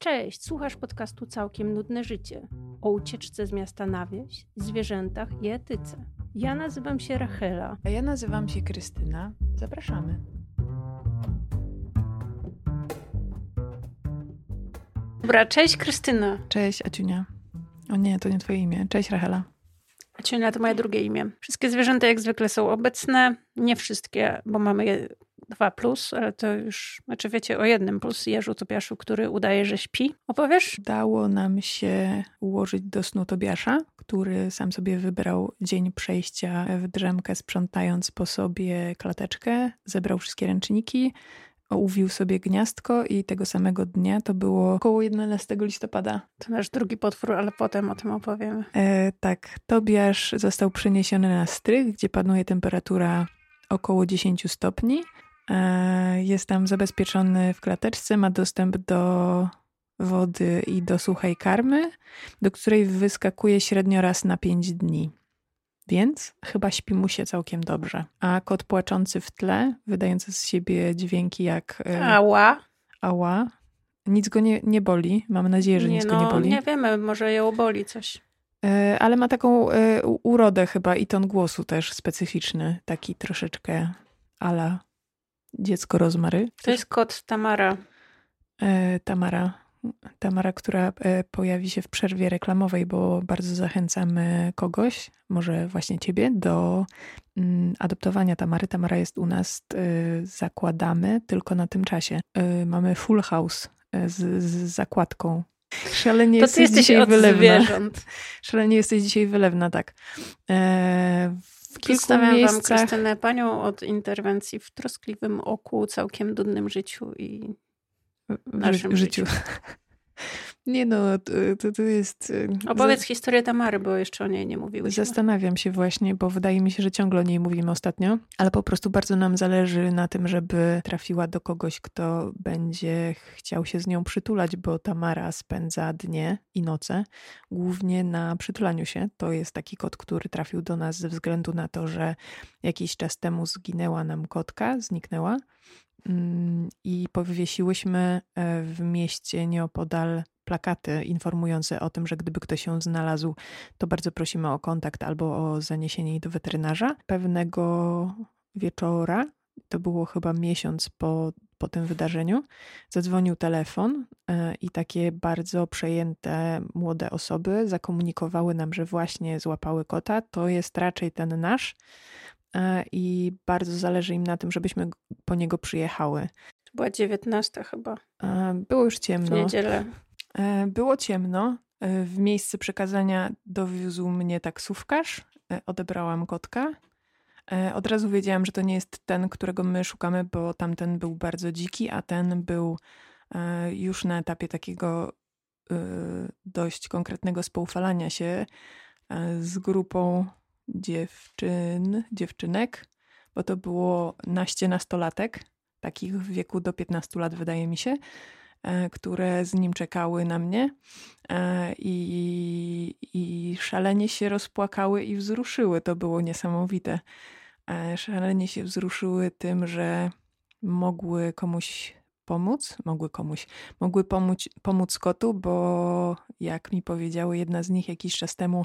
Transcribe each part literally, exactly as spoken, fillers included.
Cześć, słuchasz podcastu Całkiem Nudne Życie o ucieczce z miasta na wieś, zwierzętach i etyce. Ja nazywam się Rachela. A ja nazywam się Krystyna. Zapraszamy. Dobra, cześć Krystyna. Cześć Aciunia. O nie, to nie twoje imię. Cześć Rachela. Aciunia to moje drugie imię. Wszystkie zwierzęta jak zwykle są obecne. Nie wszystkie, bo mamy je dwa plus, ale to już, znaczy wiecie o jednym plus, Jeżu Tobiaszu, który udaje, że śpi. Opowiesz? Udało nam się ułożyć do snu Tobiasza, który sam sobie wybrał dzień przejścia w drzemkę, sprzątając po sobie klateczkę, zebrał wszystkie ręczniki, uwił sobie gniazdko i tego samego dnia, to było około jedenastego listopada. To nasz drugi potwór, ale potem o tym opowiemy. E, tak, Tobiasz został przeniesiony na strych, gdzie panuje temperatura około dziesięć stopni. E, jest tam zabezpieczony w klateczce, ma dostęp do wody i do suchej karmy, do której wyskakuje średnio raz na pięć dni. Więc chyba śpi mu się całkiem dobrze. A kot płaczący w tle, wydający z siebie dźwięki jak e, Ała. ała, nic go nie, nie boli. Mam nadzieję, że Nie, nic no, go nie boli. Nie wiemy, może ją boli coś. E, ale ma taką e, urodę chyba i ton głosu też specyficzny. Taki troszeczkę ala dziecko rozmary. To jest kot Tamara. E, Tamara. Tamara, która e, pojawi się w przerwie reklamowej, bo bardzo zachęcamy kogoś, może właśnie ciebie, do mm, adoptowania Tamary. Tamara jest u nas, e, zakładamy tylko na tym czasie. E, mamy full house e, z, z zakładką. Szalenie to ty jesteś dzisiaj od wylewna. Zwierząt. Szalenie jesteś dzisiaj wylewna, tak. E, w kilku Przedstawiam miejscach... wam Krystynę, panią od interwencji w troskliwym oku, całkiem nudnym życiu i naszym w życiu. życiu. Nie no, to, to, to jest... Opowiedz za... historię Tamary, bo jeszcze o niej nie mówiłyśmy. Zastanawiam się właśnie, bo wydaje mi się, że ciągle o niej mówimy ostatnio, ale po prostu bardzo nam zależy na tym, żeby trafiła do kogoś, kto będzie chciał się z nią przytulać, bo Tamara spędza dnie i noce głównie na przytulaniu się. To jest taki kot, który trafił do nas ze względu na to, że jakiś czas temu zginęła nam kotka, zniknęła. I powiesiłyśmy w mieście nieopodal plakaty informujące o tym, że gdyby ktoś ją znalazł, to bardzo prosimy o kontakt albo o zaniesienie jej do weterynarza. Pewnego wieczora, to było chyba miesiąc po, po tym wydarzeniu, zadzwonił telefon i takie bardzo przejęte młode osoby zakomunikowały nam, że właśnie złapały kota. To jest raczej ten nasz. I bardzo zależy im na tym, żebyśmy po niego przyjechały. To była dziewiętnasta chyba. Było już ciemno. W niedzielę. Było ciemno. W miejsce przekazania dowiózł mnie taksówkarz. Odebrałam kotka. Od razu wiedziałam, że to nie jest ten, którego my szukamy, bo tamten był bardzo dziki, a ten był już na etapie takiego dość konkretnego spoufalania się z grupą dziewczyn, dziewczynek, bo to było naście nastolatek, takich w wieku do piętnastu lat wydaje mi się, które z nim czekały na mnie i, i szalenie się rozpłakały i wzruszyły. To było niesamowite. Szalenie się wzruszyły tym, że mogły komuś pomóc, mogły komuś, mogły pomóc, pomóc kotu, bo jak mi powiedziały jedna z nich jakiś czas temu,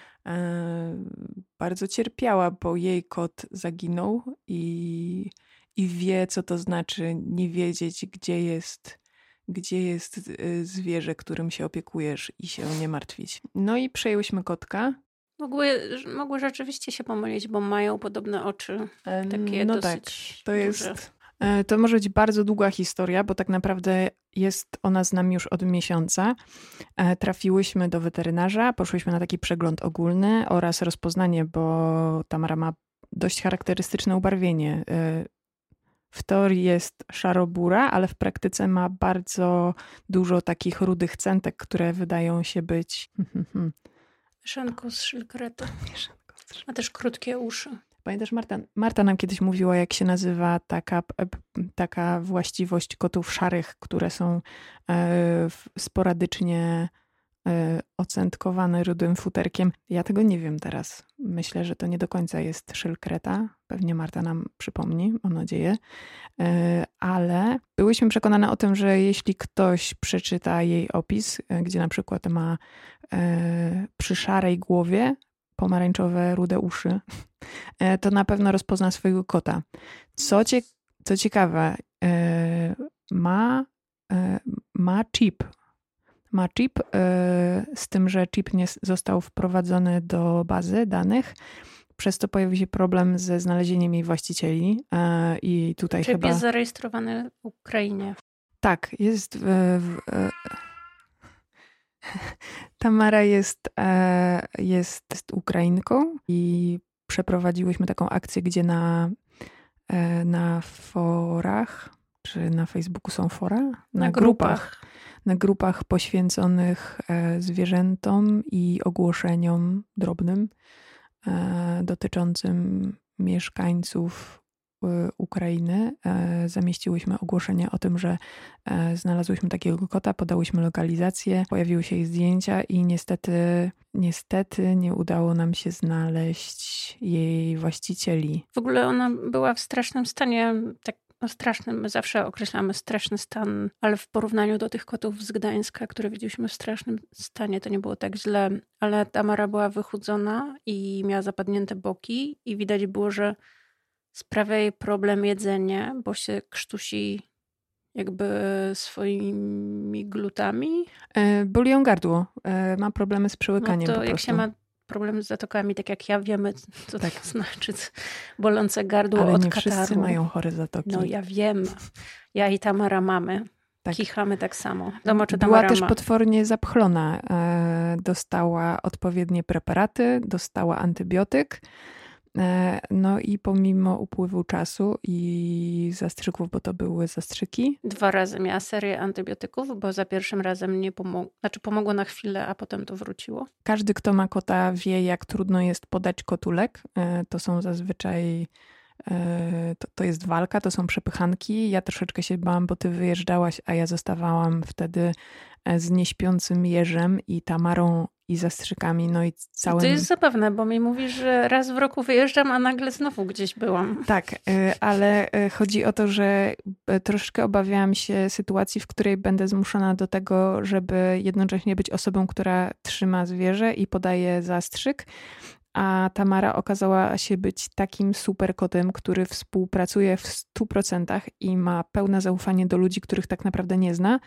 bardzo cierpiała, bo jej kot zaginął i, i wie, co to znaczy nie wiedzieć, gdzie jest, gdzie jest zwierzę, którym się opiekujesz i się nie martwić. No i przejęłyśmy kotka. Mogły, mogły rzeczywiście się pomylić, bo mają podobne oczy. Takie no dosyć tak, to duże. jest... To może być bardzo długa historia, bo tak naprawdę jest ona z nami już od miesiąca. Trafiłyśmy do weterynarza, poszłyśmy na taki przegląd ogólny oraz rozpoznanie, bo Tamara ma dość charakterystyczne ubarwienie. W teorii jest szarobura, ale w praktyce ma bardzo dużo takich rudych centek, które wydają się być... Mieszanką z szylkretu. Ma też krótkie uszy. Pamiętasz, Marta, Marta nam kiedyś mówiła, jak się nazywa taka, taka właściwość kotów szarych, które są sporadycznie ocętkowane rudym futerkiem. Ja tego nie wiem teraz. Myślę, że to nie do końca jest szylkreta. Pewnie Marta nam przypomni, mam nadzieję. Ale byłyśmy przekonane o tym, że jeśli ktoś przeczyta jej opis, gdzie na przykład ma przy szarej głowie pomarańczowe, rude uszy, to na pewno rozpozna swojego kota. Co, cie, co ciekawe, ma, ma chip. Ma chip, z tym, że chip nie został wprowadzony do bazy danych. Przez to pojawił się problem ze znalezieniem jej właścicieli. I tutaj chip chyba... jest zarejestrowany w Ukrainie. Tak, jest w... w... Tamara jest, jest, jest Ukrainką i przeprowadziłyśmy taką akcję, gdzie na, na forach, czy na Facebooku są fora? Na, na grupach. grupach. Na grupach poświęconych zwierzętom i ogłoszeniom drobnym dotyczącym mieszkańców Ukrainy. Zamieściłyśmy ogłoszenie o tym, że znalazłyśmy takiego kota, podałyśmy lokalizację, pojawiły się jej zdjęcia i niestety, niestety nie udało nam się znaleźć jej właścicieli. W ogóle ona była w strasznym stanie, tak no strasznym, my zawsze określamy straszny stan, ale w porównaniu do tych kotów z Gdańska, które widzieliśmy w strasznym stanie, to nie było tak źle, ale Tamara była wychudzona i miała zapadnięte boki i widać było, że sprawia jej problem jedzenie, bo się krztusi jakby swoimi glutami. E, boli ją gardło. E, ma problemy z przełykaniem no to po jak prostu. się ma problem z zatokami, tak jak ja, wiemy, co tak. to znaczy bolące gardło ale od nie kataru. wszyscy mają chore zatoki. No ja wiem. Ja i Tamara mamy. Tak. Kichamy tak samo. Domo, czy Była też ma? potwornie zapchlona. E, dostała odpowiednie preparaty, dostała antybiotyk. No i pomimo upływu czasu i zastrzyków, bo to były zastrzyki. Dwa razy miała serię antybiotyków, bo za pierwszym razem nie pomogło. Znaczy pomogło na chwilę, a potem to wróciło. Każdy, kto ma kota, wie, jak trudno jest podać kotu lek. To są zazwyczaj... To, to jest walka, to są przepychanki. Ja troszeczkę się bałam, bo ty wyjeżdżałaś, a ja zostawałam wtedy z nieśpiącym jeżem i Tamarą i zastrzykami, no i całym... To jest zabawne, bo mi mówisz, że raz w roku wyjeżdżam, a nagle znowu gdzieś byłam. Tak, ale chodzi o to, że troszeczkę obawiałam się sytuacji, w której będę zmuszona do tego, żeby jednocześnie być osobą, która trzyma zwierzę i podaje zastrzyk, a Tamara okazała się być takim super kotem, który współpracuje w stu procentach i ma pełne zaufanie do ludzi, których tak naprawdę nie zna,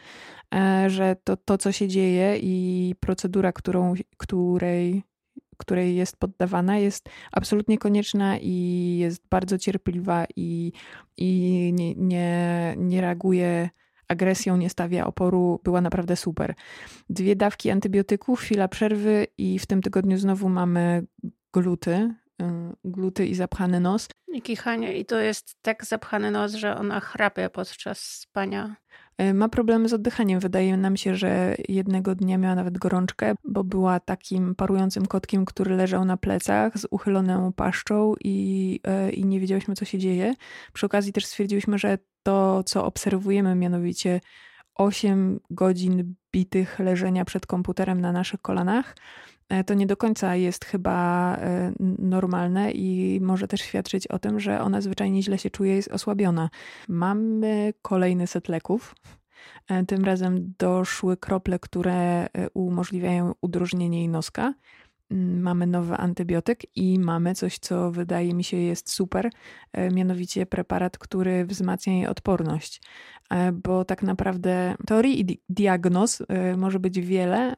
że to, to co się dzieje i procedura, którą, której, której jest poddawana, jest absolutnie konieczna i jest bardzo cierpliwa i, i nie, nie, nie reaguje agresją, nie stawia oporu, była naprawdę super. Dwie dawki antybiotyków, chwila przerwy i w tym tygodniu znowu mamy gluty, gluty i zapchany nos. I kichanie. I to jest tak zapchany nos, że ona chrapie podczas spania. Ma problemy z oddychaniem. Wydaje nam się, że jednego dnia miała nawet gorączkę, bo była takim parującym kotkiem, który leżał na plecach z uchyloną paszczą i, i nie wiedziałyśmy, co się dzieje. Przy okazji też stwierdziłyśmy, że to, co obserwujemy, mianowicie osiem godzin bitych leżenia przed komputerem na naszych kolanach, to nie do końca jest chyba normalne i może też świadczyć o tym, że ona zwyczajnie źle się czuje, jest osłabiona. Mamy kolejny set leków. Tym razem doszły krople, które umożliwiają udrożnienie jej noska. Mamy nowy antybiotyk i mamy coś, co wydaje mi się jest super, mianowicie preparat, który wzmacnia jej odporność. Bo tak naprawdę teorii i diagnoz może być wiele.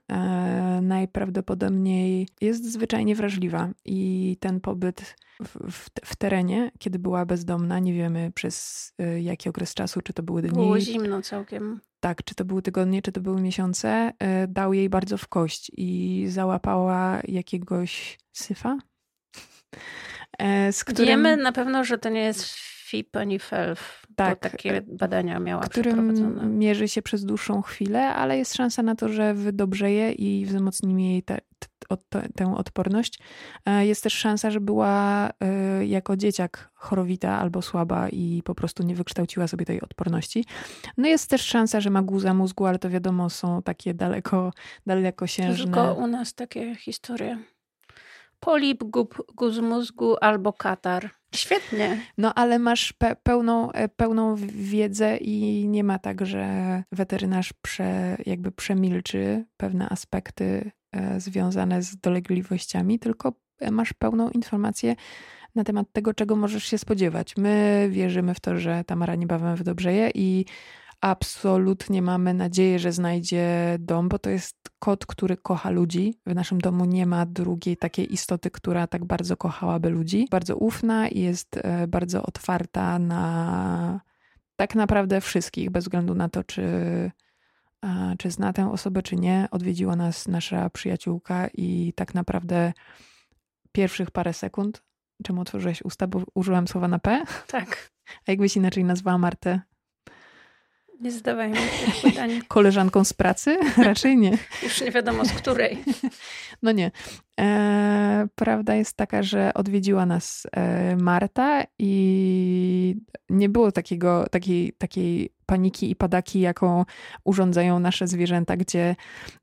Najprawdopodobniej jest zwyczajnie wrażliwa i ten pobyt w, w, w terenie, kiedy była bezdomna, nie wiemy przez jaki okres czasu, czy to były dni. Było zimno całkiem. Tak, czy to były tygodnie, czy to były miesiące, dał jej bardzo w kość i załapała jakiegoś syfa. Z którym... Wiemy na pewno, że to nie jest F I P ani F E L F. Tak, bo takie badania miała którym przeprowadzone. Mierzy się przez dłuższą chwilę, ale jest szansa na to, że wydobrzeje i wzmocnimy jej te, te od, tę odporność. Jest też szansa, że była jako dzieciak chorowita albo słaba i po prostu nie wykształciła sobie tej odporności. No jest też szansa, że ma guza mózgu, ale to wiadomo, są takie daleko, dalekosiężne. Tylko u nas takie historie. Polip, gub, guz mózgu albo katar. Świetnie. No ale masz pe- pełną, pełną wiedzę i nie ma tak, że weterynarz prze, jakby przemilczy pewne aspekty e, związane z dolegliwościami, tylko masz pełną informację na temat tego, czego możesz się spodziewać. My wierzymy w to, że Tamara niebawem wydobrzeje i absolutnie mamy nadzieję, że znajdzie dom, bo to jest kot, który kocha ludzi. W naszym domu nie ma drugiej takiej istoty, która tak bardzo kochałaby ludzi. Bardzo ufna i jest bardzo otwarta na tak naprawdę wszystkich, bez względu na to, czy, czy zna tę osobę, czy nie. Odwiedziła nas nasza przyjaciółka i tak naprawdę pierwszych parę sekund, czemu otworzyłeś usta, bo użyłam słowa na P? Tak. A jakbyś inaczej nazwała Martę? Nie zadawaj mi tych pytań. Koleżanką z pracy? Raczej nie. Już nie wiadomo z której. No nie. E, prawda jest taka, że odwiedziła nas e, Marta i nie było takiego, takiej, takiej paniki i padaki, jaką urządzają nasze zwierzęta, gdzie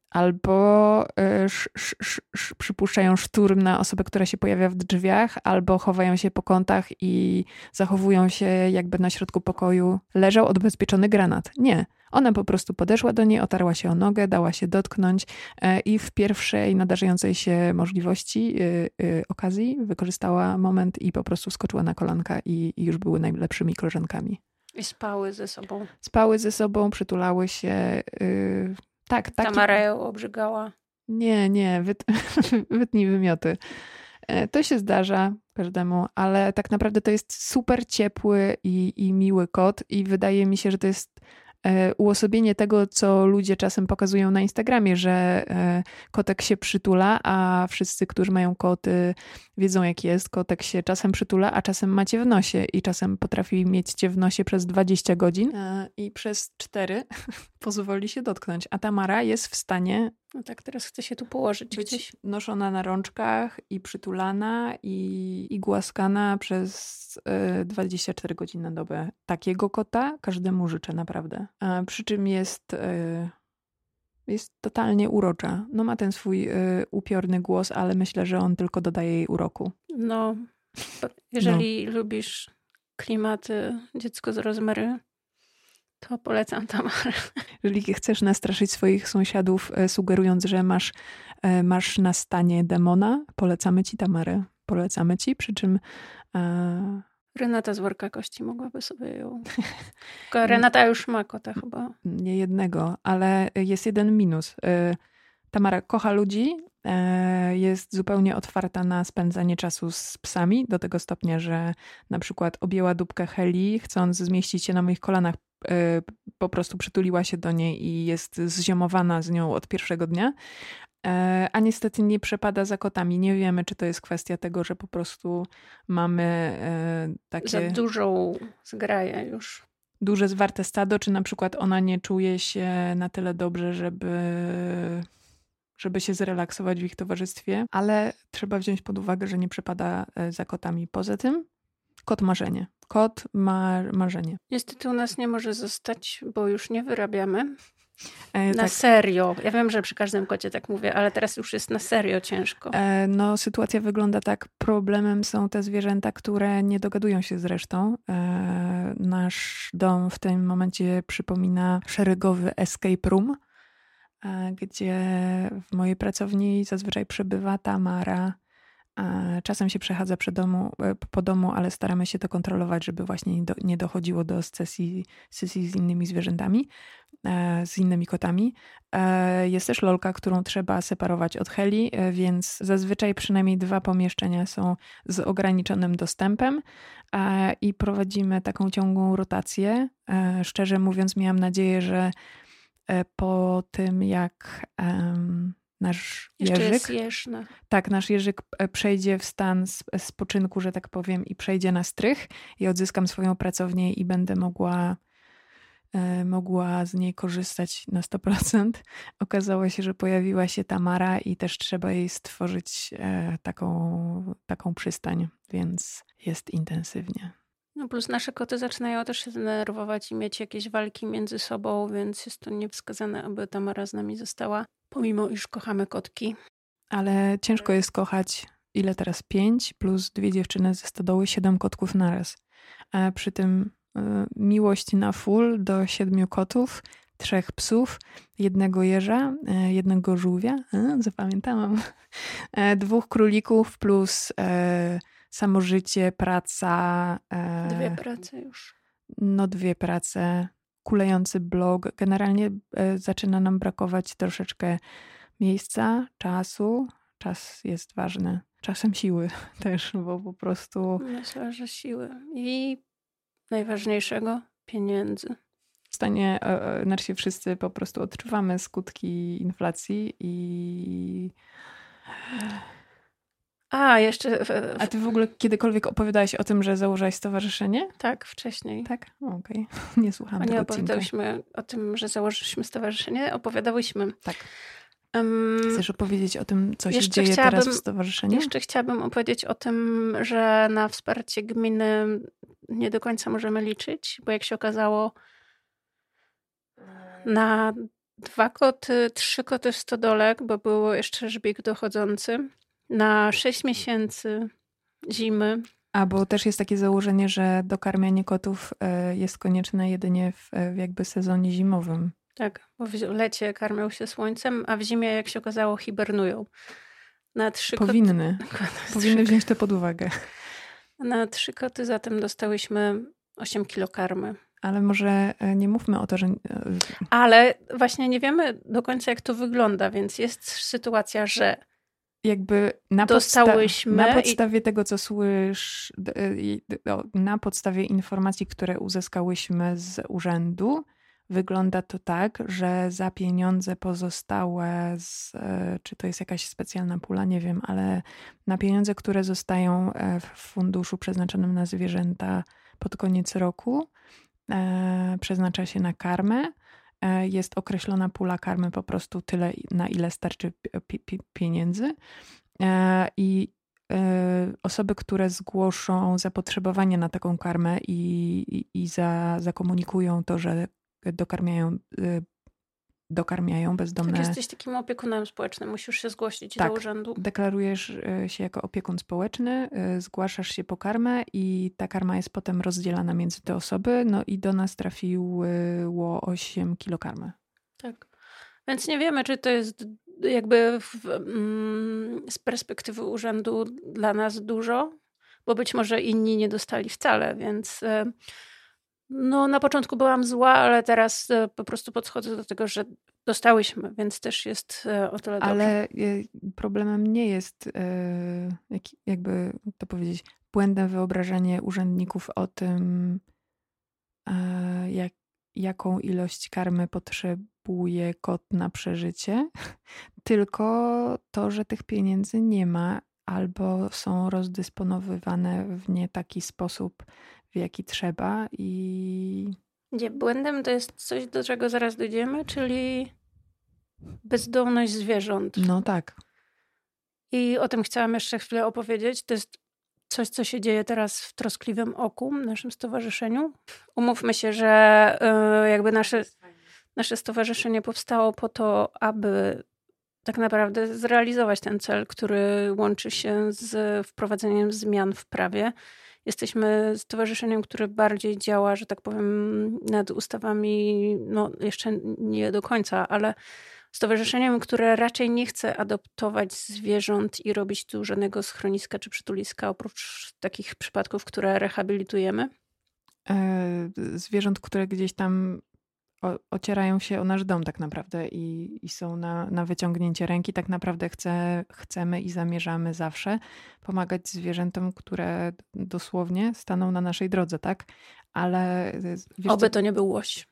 albo sz, sz, sz, sz, przypuszczają szturm na osobę, która się pojawia w drzwiach, albo chowają się po kątach i zachowują się, jakby na środku pokoju leżał odbezpieczony granat. Nie. Ona po prostu podeszła do niej, otarła się o nogę, dała się dotknąć i w pierwszej nadarzającej się możliwości, yy, yy, okazji wykorzystała moment i po prostu skoczyła na kolanka i, i już były najlepszymi koleżankami. I spały ze sobą. Spały ze sobą, przytulały się. Yy, tak, tak. Tamara ją obrzygała. Nie, nie, wyt, wytnij wymioty. To się zdarza każdemu, ale tak naprawdę to jest super ciepły i, i miły kot i wydaje mi się, że to jest uosobienie tego, co ludzie czasem pokazują na Instagramie, że kotek się przytula, a wszyscy, którzy mają koty, wiedzą jak jest. Kotek się czasem przytula, a czasem macie w nosie i czasem potrafi mieć cię w nosie przez dwadzieścia godzin i przez cztery pozwoli się dotknąć. A Tamara jest w stanie... No tak, teraz chcę się tu położyć być gdzieś. noszona na rączkach i przytulana i, i głaskana przez y, dwadzieścia cztery godziny na dobę. Takiego kota każdemu życzę naprawdę. A przy czym jest, y, jest totalnie urocza. No ma ten swój y, upiorny głos, ale myślę, że on tylko dodaje jej uroku. No, jeżeli no. lubisz klimaty dziecko z Rozmary, to polecam Tamarę. Jeżeli chcesz nastraszyć swoich sąsiadów, sugerując, że masz, masz na stanie demona, polecamy ci Tamarę. Polecamy ci, przy czym... E... Renata z Worka Kości mogłaby sobie ją... Tylko Renata już ma kota chyba. Nie jednego, ale jest jeden minus. Tamara kocha ludzi, jest zupełnie otwarta na spędzanie czasu z psami, do tego stopnia, że na przykład objęła dupkę Heli, chcąc zmieścić się na moich kolanach, po prostu przytuliła się do niej i jest zziomowana z nią od pierwszego dnia, a niestety nie przepada za kotami. Nie wiemy, czy to jest kwestia tego, że po prostu mamy takie... Za dużą zgraję już. Duże, zwarte stado, czy na przykład ona nie czuje się na tyle dobrze, żeby... żeby się zrelaksować w ich towarzystwie, ale trzeba wziąć pod uwagę, że nie przepada za kotami. Poza tym kot marzenie. Kot ma marzenie. Niestety u nas nie może zostać, bo już nie wyrabiamy. E, na tak. serio. Ja wiem, że przy każdym kocie tak mówię, ale teraz już jest na serio ciężko. E, no sytuacja wygląda tak. Problemem są te zwierzęta, które nie dogadują się z resztą. E, nasz dom w tym momencie przypomina szeregowy escape room, e, gdzie w mojej pracowni zazwyczaj przebywa Tamara. Czasem się przechadza przy domu, po domu, ale staramy się to kontrolować, żeby właśnie nie, do, nie dochodziło do sesji, sesji z innymi zwierzętami, z innymi kotami. Jest też Lolka, którą trzeba separować od Heli, więc zazwyczaj przynajmniej dwa pomieszczenia są z ograniczonym dostępem i prowadzimy taką ciągłą rotację. Szczerze mówiąc, miałam nadzieję, że po tym jak... Um, nasz Jeszcze Jerzyk, jest jeżna. Tak, nasz Jerzyk przejdzie w stan spoczynku, że tak powiem, i przejdzie na strych i odzyskam swoją pracownię i będę mogła mogła z niej korzystać na sto procent. Okazało się, że pojawiła się Tamara i też trzeba jej stworzyć taką, taką przystań, więc jest intensywnie. No plus nasze koty zaczynają też się denerwować i mieć jakieś walki między sobą, więc jest to niewskazane, aby Tamara z nami została, pomimo iż kochamy kotki. Ale ciężko jest kochać, ile teraz? Pięć plus dwie dziewczyny ze stodoły, siedem kotków naraz. A przy tym y, miłość na full do siedmiu kotów, trzech psów, jednego jeża, y, jednego żółwia, y, zapamiętałam, y, dwóch królików plus y, samo życie, praca. Y, dwie prace już. No dwie prace, kulejący blog. Generalnie y, zaczyna nam brakować troszeczkę miejsca, czasu. Czas jest ważny. Czasem siły też, bo po prostu... Myślę, że siły. I najważniejszego, pieniędzy. W stanie, znaczy wszyscy po prostu odczuwamy skutki inflacji i... A, jeszcze... A ty w ogóle kiedykolwiek opowiadałaś o tym, że założyłaś stowarzyszenie? Tak, wcześniej. Tak? Okej. Okay. Nie słuchałam tego nie odcinka. opowiadałyśmy o tym, że założyliśmy stowarzyszenie. Opowiadałyśmy. Tak. Um, Chcesz opowiedzieć o tym, co się dzieje teraz w stowarzyszeniu? Jeszcze chciałabym opowiedzieć o tym, że na wsparcie gminy nie do końca możemy liczyć, bo jak się okazało, na dwa koty, trzy koty w stodole, bo było jeszcze żbik dochodzący, na sześć miesięcy zimy. A, bo też jest takie założenie, że dokarmianie kotów jest konieczne jedynie w, w jakby sezonie zimowym. Tak, bo w lecie karmią się słońcem, a w zimie, jak się okazało, hibernują. Na trzy Powinny. Koty... Powinny wziąć to pod uwagę. Na trzy koty zatem dostałyśmy osiem kilo karmy. Ale może nie mówmy o to, że... Ale właśnie nie wiemy do końca, jak to wygląda, więc jest sytuacja, że jakby na, dostałyśmy podsta- na podstawie i... tego, co słysz, na podstawie informacji, które uzyskałyśmy z urzędu, wygląda to tak, że za pieniądze pozostałe, z, czy to jest jakaś specjalna pula, nie wiem, ale na pieniądze, które zostają w funduszu przeznaczonym na zwierzęta pod koniec roku, e, przeznacza się na karmę. E, jest określona pula karmy, po prostu tyle, na ile starczy pi- pi- pieniędzy. E, I e, osoby, które zgłoszą zapotrzebowanie na taką karmę i, i, i za, zakomunikują to, że dokarmiają, dokarmiają bezdomne... Tak, jesteś takim opiekunem społecznym, musisz się zgłosić tak, do urzędu. Deklarujesz się jako opiekun społeczny, zgłaszasz się po karmę i ta karma jest potem rozdzielana między te osoby, no i do nas trafiło osiem kilo karmy. Tak, więc nie wiemy, czy to jest jakby w, mm, z perspektywy urzędu dla nas dużo, bo być może inni nie dostali wcale, więc... No, na początku byłam zła, ale teraz po prostu podchodzę do tego, że dostałyśmy, więc też jest o tyle dobrze. Ale problemem nie jest, jakby to powiedzieć, błędem wyobrażenie urzędników o tym, jak, jaką ilość karmy potrzebuje kot na przeżycie, tylko to, że tych pieniędzy nie ma albo są rozdysponowywane w nie taki sposób, w jaki trzeba i... Nie, błędem to jest coś, do czego zaraz dojdziemy, czyli bezdomność zwierząt. No tak. I o tym chciałam jeszcze chwilę opowiedzieć. To jest coś, co się dzieje teraz w Troskliwym Oku, naszym stowarzyszeniu. Umówmy się, że jakby nasze, nasze stowarzyszenie powstało po to, aby tak naprawdę zrealizować ten cel, który łączy się z wprowadzeniem zmian w prawie. Jesteśmy stowarzyszeniem, które bardziej działa, że tak powiem, nad ustawami, no jeszcze nie do końca, ale stowarzyszeniem, które raczej nie chce adoptować zwierząt i robić tu żadnego schroniska czy przytuliska, oprócz takich przypadków, które rehabilitujemy. E, zwierząt, które gdzieś tam o, ocierają się o nasz dom tak naprawdę i, i są na, na wyciągnięcie ręki. Tak naprawdę chce, chcemy i zamierzamy zawsze pomagać zwierzętom, które dosłownie staną na naszej drodze, tak? Ale... Wiesz, Oby to nie był łoś.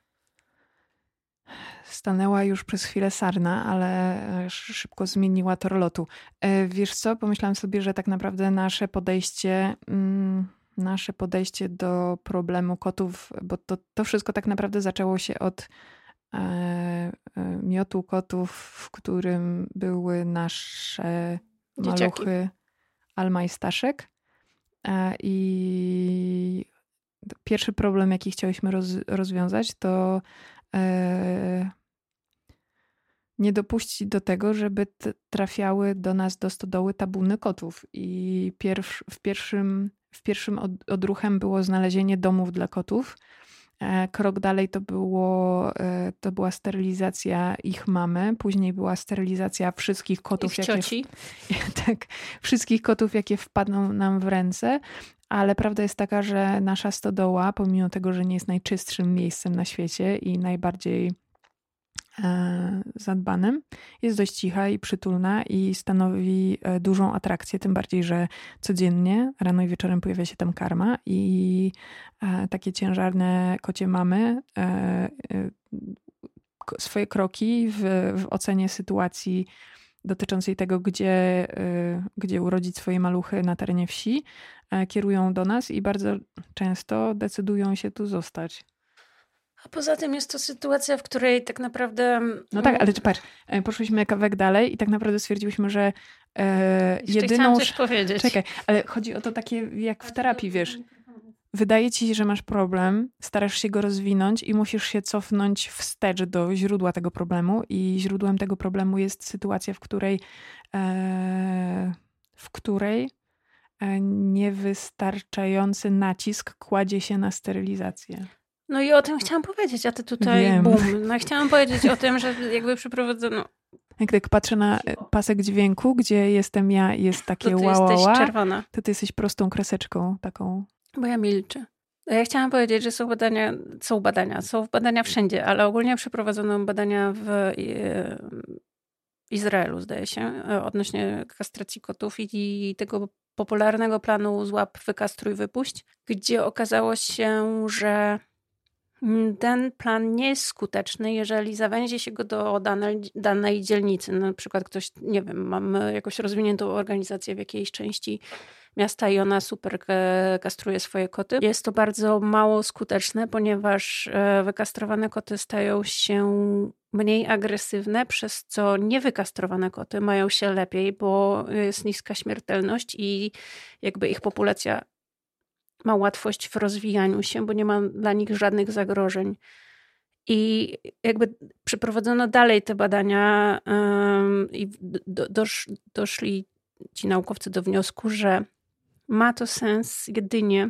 Stanęła już przez chwilę sarna, ale szybko zmieniła tor lotu. Wiesz co? Pomyślałam sobie, że tak naprawdę nasze podejście... Mm, nasze podejście do problemu kotów, bo to, to wszystko tak naprawdę zaczęło się od e, e, miotu kotów, w którym były nasze Dzieciaki. maluchy Alma i Staszek. E, I pierwszy problem, jaki chciałyśmy roz, rozwiązać, to e, nie dopuścić do tego, żeby t- trafiały do nas do stodoły tabuny kotów. I pierw, w pierwszym, w pierwszym od, odruchem było znalezienie domów dla kotów. E, krok dalej to, było, e, to była sterylizacja ich mamy. Później była sterylizacja wszystkich kotów, Ich jakie, cioci. w, tak, wszystkich kotów, jakie wpadną nam w ręce. Ale prawda jest taka, że nasza stodoła, pomimo tego, że nie jest najczystszym miejscem na świecie i najbardziej zadbanym, jest dość cicha i przytulna i stanowi dużą atrakcję, tym bardziej, że codziennie rano i wieczorem pojawia się tam karma i takie ciężarne kocie mamy swoje kroki w, w ocenie sytuacji dotyczącej tego, gdzie, gdzie urodzić swoje maluchy na terenie wsi, kierują do nas i bardzo często decydują się tu zostać. A poza tym jest to sytuacja, w której tak naprawdę... No tak, ale patrz, poszliśmy kawałek dalej i tak naprawdę stwierdziłyśmy, że e, jedyną... Chciałam coś powiedzieć. Czekaj, ale chodzi o to takie jak w terapii, wiesz. Wydaje ci się, że masz problem, starasz się go rozwinąć i musisz się cofnąć wstecz do źródła tego problemu i źródłem tego problemu jest sytuacja, w której e, w której e, niewystarczający nacisk kładzie się na sterylizację. No i o tym chciałam powiedzieć, a ty tutaj Wiem. bum. No chciałam powiedzieć o tym, że jakby przeprowadzono... Jak tak patrzę na pasek dźwięku, gdzie jestem ja i jest takie to ty wow, jesteś wow, czerwona. to ty jesteś prostą kreseczką taką. Bo ja milczę. Ja chciałam powiedzieć, że są badania, są badania, są badania wszędzie, ale ogólnie przeprowadzono badania w Izraelu, zdaje się, odnośnie kastracji kotów i tego popularnego planu złap, wykastruj, wypuść, gdzie okazało się, że ten plan nie jest skuteczny, jeżeli zawęzi się go do danej, danej dzielnicy. Na przykład ktoś, nie wiem, mamy jakąś rozwiniętą organizację w jakiejś części miasta i ona super kastruje swoje koty. Jest to bardzo mało skuteczne, ponieważ wykastrowane koty stają się mniej agresywne, przez co niewykastrowane koty mają się lepiej, bo jest niska śmiertelność i jakby ich populacja ma łatwość w rozwijaniu się, bo nie ma dla nich żadnych zagrożeń. I jakby przeprowadzono dalej te badania um, i do, dosz, doszli ci naukowcy do wniosku, że ma to sens jedynie,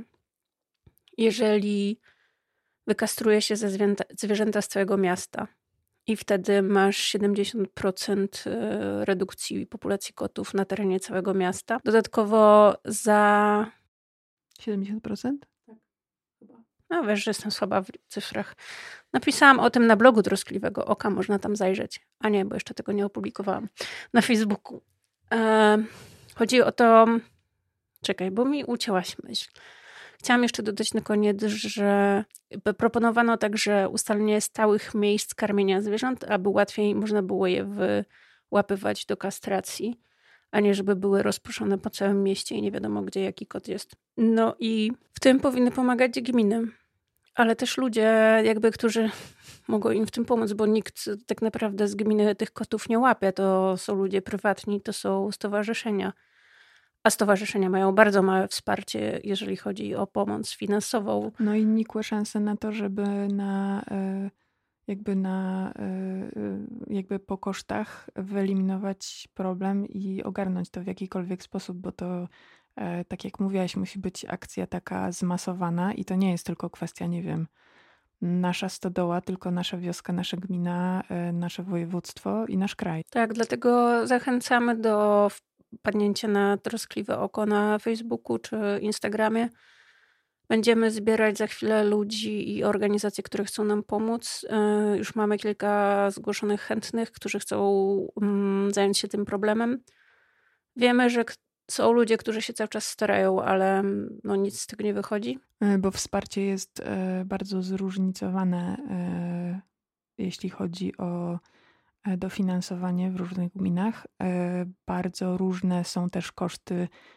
jeżeli wykastruje się ze zwierzęta, zwierzęta z całego miasta. I wtedy masz siedemdziesiąt procent redukcji populacji kotów na terenie całego miasta. Dodatkowo za... siedemdziesiąt procent? Tak, chyba. No wiesz, że jestem słaba w cyfrach. Napisałam o tym na blogu Troskliwego Oka, można tam zajrzeć. A nie, bo jeszcze tego nie opublikowałam. Na Facebooku. E, chodzi o to... Czekaj, bo mi ucięłaś myśl. Chciałam jeszcze dodać na koniec, że proponowano także ustalenie stałych miejsc karmienia zwierząt, aby łatwiej można było je wyłapywać do kastracji, a nie żeby były rozproszone po całym mieście i nie wiadomo gdzie jaki kot jest. No i w tym powinny pomagać gminy, ale też ludzie jakby, którzy mogą im w tym pomóc, bo nikt tak naprawdę z gminy tych kotów nie łapie. To są ludzie prywatni, to są stowarzyszenia. A stowarzyszenia mają bardzo małe wsparcie, jeżeli chodzi o pomoc finansową. No i nikłe szanse na to, żeby na jakby na jakby po kosztach wyeliminować problem i ogarnąć to w jakikolwiek sposób, bo to tak jak mówiłaś, musi być akcja taka zmasowana i to nie jest tylko kwestia, nie wiem, nasza stodoła, tylko nasza wioska, nasza gmina, nasze województwo i nasz kraj. Tak, dlatego zachęcamy do wpadnięcia na Troskliwe Oko na Facebooku czy Instagramie. Będziemy zbierać za chwilę ludzi i organizacje, które chcą nam pomóc. Już mamy kilka zgłoszonych chętnych, którzy chcą zająć się tym problemem. Wiemy, że są ludzie, którzy się cały czas starają, ale no nic z tego nie wychodzi. Bo wsparcie jest bardzo zróżnicowane, jeśli chodzi o dofinansowanie w różnych gminach. Bardzo różne są też koszty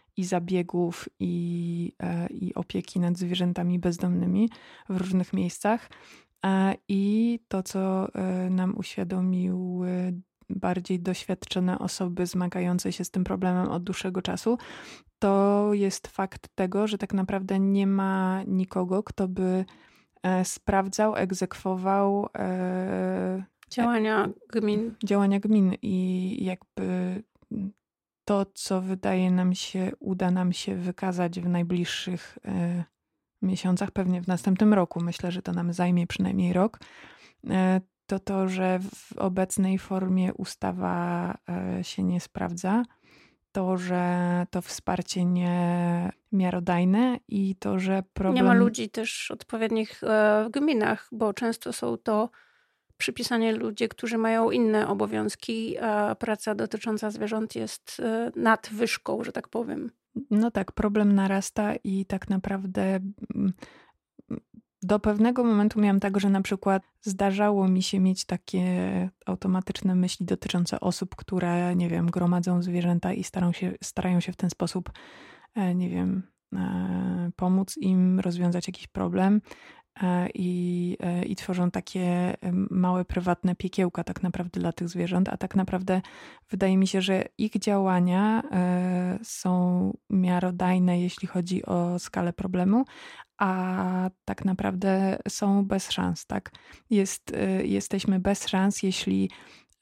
i zabiegów i, i opieki nad zwierzętami bezdomnymi w różnych miejscach. I to, co nam uświadomiły bardziej doświadczone osoby zmagające się z tym problemem od dłuższego czasu, to jest fakt tego, że tak naprawdę nie ma nikogo, kto by sprawdzał, egzekwował działania gmin. Działania gmin i jakby to, co wydaje nam się, uda nam się wykazać w najbliższych miesiącach, pewnie w następnym roku, myślę, że to nam zajmie przynajmniej rok, to to, że w obecnej formie ustawa się nie sprawdza, to, że to wsparcie nie miarodajne i to, że problem... Nie ma ludzi też odpowiednich w gminach, bo często są to przypisanie ludzi, którzy mają inne obowiązki, a praca dotycząca zwierząt jest nadwyżką, że tak powiem. No tak, problem narasta i tak naprawdę do pewnego momentu miałam tak, że na przykład zdarzało mi się mieć takie automatyczne myśli dotyczące osób, które, nie wiem, gromadzą zwierzęta i starają się, starają się w ten sposób, nie wiem, pomóc im rozwiązać jakiś problem. I, i tworzą takie małe, prywatne piekiełka tak naprawdę dla tych zwierząt, a tak naprawdę wydaje mi się, że ich działania są miarodajne, jeśli chodzi o skalę problemu, a tak naprawdę są bez szans, tak? Jest, jesteśmy bez szans, jeśli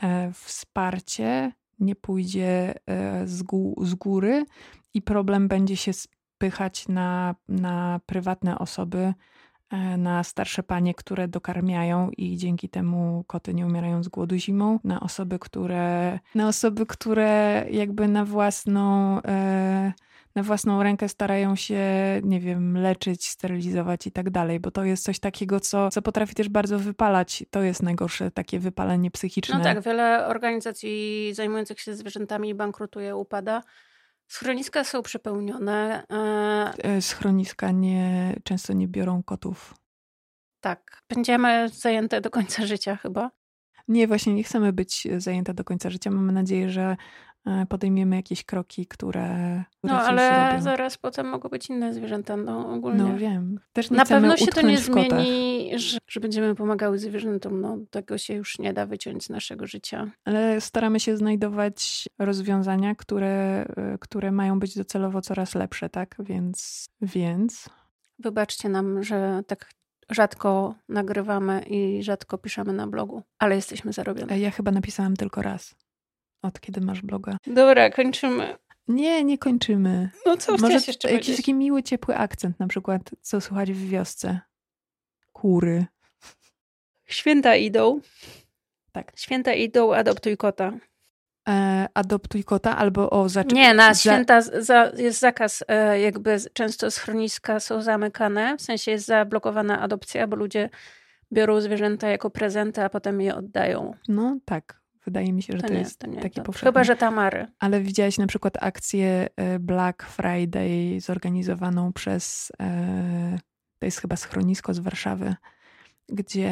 wsparcie nie pójdzie z, gó- z góry i problem będzie się spychać na, na prywatne osoby, na starsze panie, które dokarmiają i dzięki temu koty nie umierają z głodu zimą, na osoby, które, na osoby, które jakby na własną, na własną rękę starają się, nie wiem, leczyć, sterylizować i tak dalej, bo to jest coś takiego, co, co potrafi też bardzo wypalać. To jest najgorsze, takie wypalenie psychiczne. No tak, wiele organizacji zajmujących się zwierzętami bankrutuje, upada. Schroniska są przepełnione. Schroniska nie, często nie biorą kotów. Tak, będziemy zajęte do końca życia chyba. Nie, właśnie nie chcemy być zajęte do końca życia. Mamy nadzieję, że podejmiemy jakieś kroki, które, które No coś ale zrobią. zaraz potem mogą być inne zwierzęta, no ogólnie. No wiem. Też nie Na chcemy pewno się to nie utknąć w kotach. zmieni, że, że będziemy pomagały zwierzętom. No tego się już nie da wyciąć z naszego życia. Ale staramy się znajdować rozwiązania, które, które mają być docelowo coraz lepsze, tak? Więc, więc... Wybaczcie nam, że tak rzadko nagrywamy i rzadko piszemy na blogu, ale jesteśmy zarobione. Ja chyba napisałam tylko raz. Od kiedy masz bloga? Dobra, kończymy. Nie, nie kończymy. No co Może chcesz jeszcze jakiś powiedzieć? taki miły, ciepły akcent, na przykład co słychać w wiosce. Kury. Święta idą. Tak. Święta idą, adoptuj kota. E, adoptuj kota albo o zacz... Nie, na za... święta za, jest zakaz, e, jakby często schroniska są zamykane, w sensie jest zablokowana adopcja, bo ludzie biorą zwierzęta jako prezenty, a potem je oddają. No tak, wydaje mi się, że to, to nie, jest to nie, taki to, powszechny. Chyba, że Tamary. Ale widziałaś na przykład akcję Black Friday zorganizowaną przez, e, to jest chyba schronisko z Warszawy, gdzie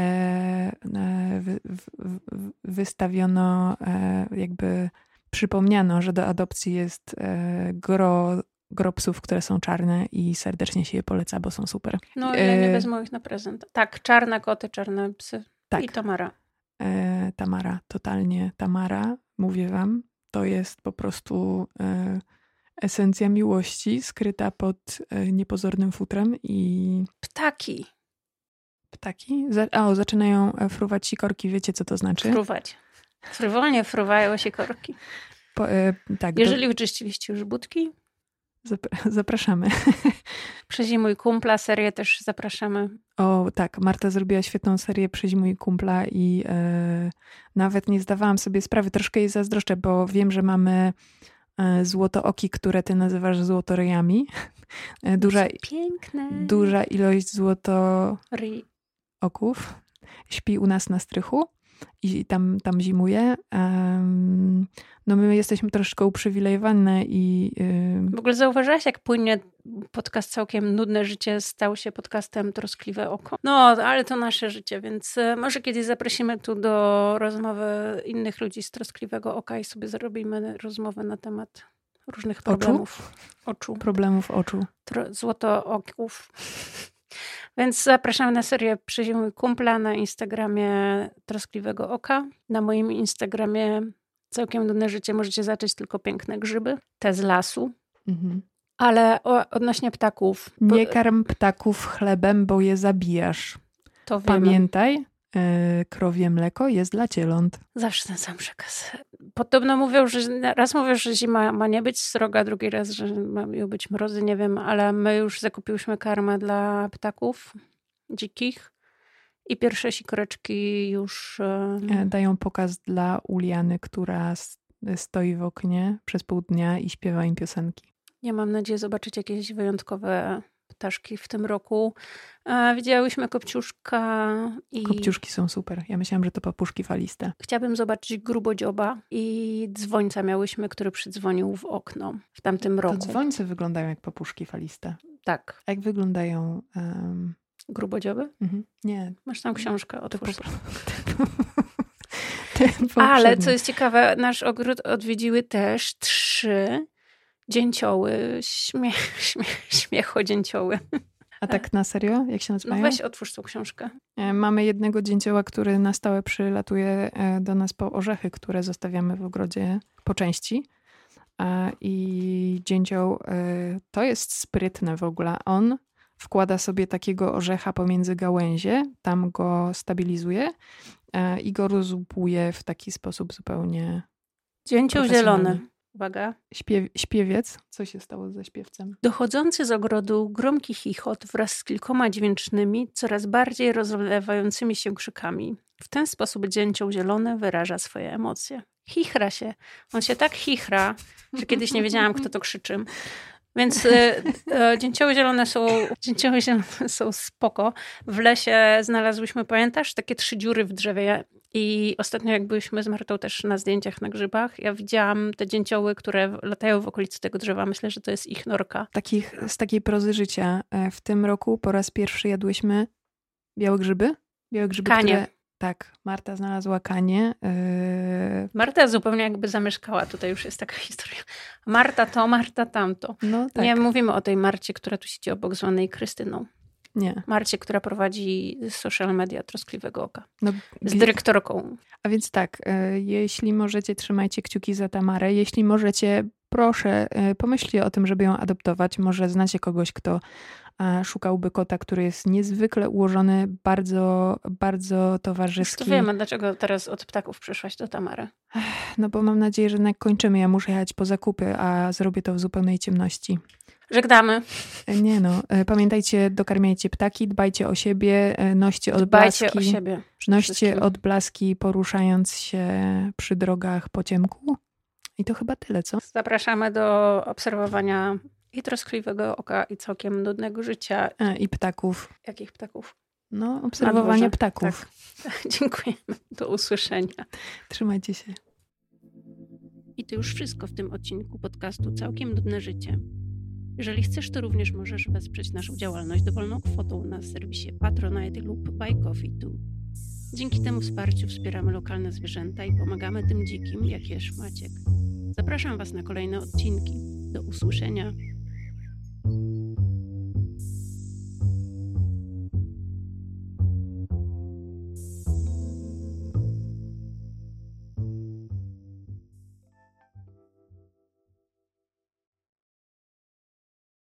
wy, wy, wystawiono, jakby przypomniano, że do adopcji jest gro, gro psów, które są czarne i serdecznie się je poleca, bo są super. No ja nie wezmę ich na prezent. Tak, czarne koty, czarne psy. Tak. I Tamara. E, Tamara, totalnie Tamara, mówię wam, to jest po prostu e, esencja miłości skryta pod e, niepozornym futrem i... Ptaki. Ptaki? O, zaczynają fruwać sikorki. Wiecie, co to znaczy? Fruwać. Frywolnie fruwają sikorki. Po, e, tak. Jeżeli do... rzeczywiście już budki. Zapra- zapraszamy. Przezimuj kumpla, serię też zapraszamy. O tak, Marta zrobiła świetną serię Przezimuj kumpla i e, nawet nie zdawałam sobie sprawy. Troszkę jej zazdroszczę, bo wiem, że mamy e, złotooki, które ty nazywasz złotoryjami. E, duża, piękne. Duża ilość złoto... Ry. oków. Śpi u nas na strychu i tam, tam zimuje. Um, no my jesteśmy troszkę uprzywilejowane i... Um... W ogóle zauważyłaś, jak płynnie podcast Całkiem Nudne Życie stał się podcastem Troskliwe Oko? No, ale to nasze życie, więc może kiedyś zaprosimy tu do rozmowy innych ludzi z Troskliwego Oka i sobie zrobimy rozmowę na temat różnych problemów. Oczu? oczu. Problemów oczu. Tro- złoto oków. Więc zapraszam na serię Przyziój kumpla na Instagramie Troskliwego Oka. Na moim Instagramie Całkiem Nudne Życie możecie zacząć tylko piękne grzyby. Te z lasu. Mhm. Ale o, odnośnie ptaków. Bo... Nie karm ptaków chlebem, bo je zabijasz. To Pamiętaj, yy, krowie mleko jest dla cieląt. Zawsze ten sam przekaz. Podobno mówią, że raz mówią, że zima ma nie być sroga, drugi raz, że mają być mrozy, nie wiem, ale my już zakupiłyśmy karmę dla ptaków dzikich i pierwsze sikoreczki już... Yy... Dają pokaz dla Uliany, która stoi w oknie przez pół dnia i śpiewa im piosenki. Ja mam nadzieję zobaczyć jakieś wyjątkowe ptaszki w tym roku. E, widziałyśmy kopciuszka. I... Kopciuszki są super. Ja myślałam, że to papuszki faliste. Chciałabym zobaczyć grubodzioba i dzwońca miałyśmy, który przydzwonił w okno w tamtym roku. To dzwońce wyglądają jak papuszki faliste. Tak. A jak wyglądają... Um... Grubodzioby? Mhm. Nie. Masz tam książkę, otwórz. Po... Ale co jest ciekawe, nasz ogród odwiedziły też trzy dzięcioły, śmie, śmie, śmiechodzięcioły. A tak na serio? Jak się nazywają? No weź otwórz tą książkę. Mamy jednego dzięcioła, który na stałe przylatuje do nas po orzechy, które zostawiamy w ogrodzie po części. I dzięcioł to jest sprytne w ogóle. On wkłada sobie takiego orzecha pomiędzy gałęzie, tam go stabilizuje i go rozłupuje w taki sposób zupełnie Dzięcioł zielony. Uwaga. Śpiew, śpiewiec. Co się stało ze śpiewcem? Dochodzący z ogrodu gromki chichot wraz z kilkoma dźwięcznymi, coraz bardziej rozlewającymi się krzykami. W ten sposób dzięcioł zielony wyraża swoje emocje. Chichra się. On się tak chichra, że kiedyś nie wiedziałam, kto to krzyczy. Więc e, e, dzięcioły zielone są, dzięcioły zielone są spoko. W lesie znalazłyśmy, pamiętasz, takie trzy dziury w drzewie. I ostatnio jak byliśmy z Martą też na zdjęciach na grzybach, ja widziałam te dzięcioły, które latają w okolicy tego drzewa. Myślę, że to jest ich norka. Takich, z takiej prozy życia. W tym roku po raz pierwszy jadłyśmy białe grzyby. Białe grzyby, kanie. Które... Tak, Marta znalazła kanie. Yy... Marta zupełnie jakby zamieszkała. Tutaj już jest taka historia. Marta to, Marta tamto. No, tak. Nie mówimy o tej Marcie, która tu siedzi obok, zwanej Krystyną. Nie. Marcie, która prowadzi social media Troskliwego Oka. No, z dyrektorką. A więc tak, y, jeśli możecie, trzymajcie kciuki za Tamarę. Jeśli możecie, proszę, y, pomyślcie o tym, żeby ją adoptować. Może znacie kogoś, kto y, szukałby kota, który jest niezwykle ułożony, bardzo, bardzo towarzyski. Już to wiemy, dlaczego teraz od ptaków przyszłaś do Tamary. No bo mam nadzieję, że jednak kończymy. Ja muszę jechać po zakupy, a zrobię to w zupełnej ciemności. Żegnamy. Nie no, pamiętajcie, dokarmiajcie ptaki, dbajcie o siebie, noście odblaski. Dbajcie o siebie. Noście odblaski, poruszając się przy drogach po ciemku. I to chyba tyle, co? Zapraszamy do obserwowania i Troskliwego Oka, i Całkiem Nudnego Życia. A, i ptaków. Jakich ptaków? No, obserwowanie ptaków. Tak. Dziękujemy. Do usłyszenia. Trzymajcie się. I to już wszystko w tym odcinku podcastu Całkiem Nudne Życie. Jeżeli chcesz, to również możesz wesprzeć naszą działalność dowolną kwotą na serwisie Patronite lub Buy Coffee Too. Dzięki temu wsparciu wspieramy lokalne zwierzęta i pomagamy tym dzikim, jak Jeż Maciek. Zapraszam Was na kolejne odcinki. Do usłyszenia.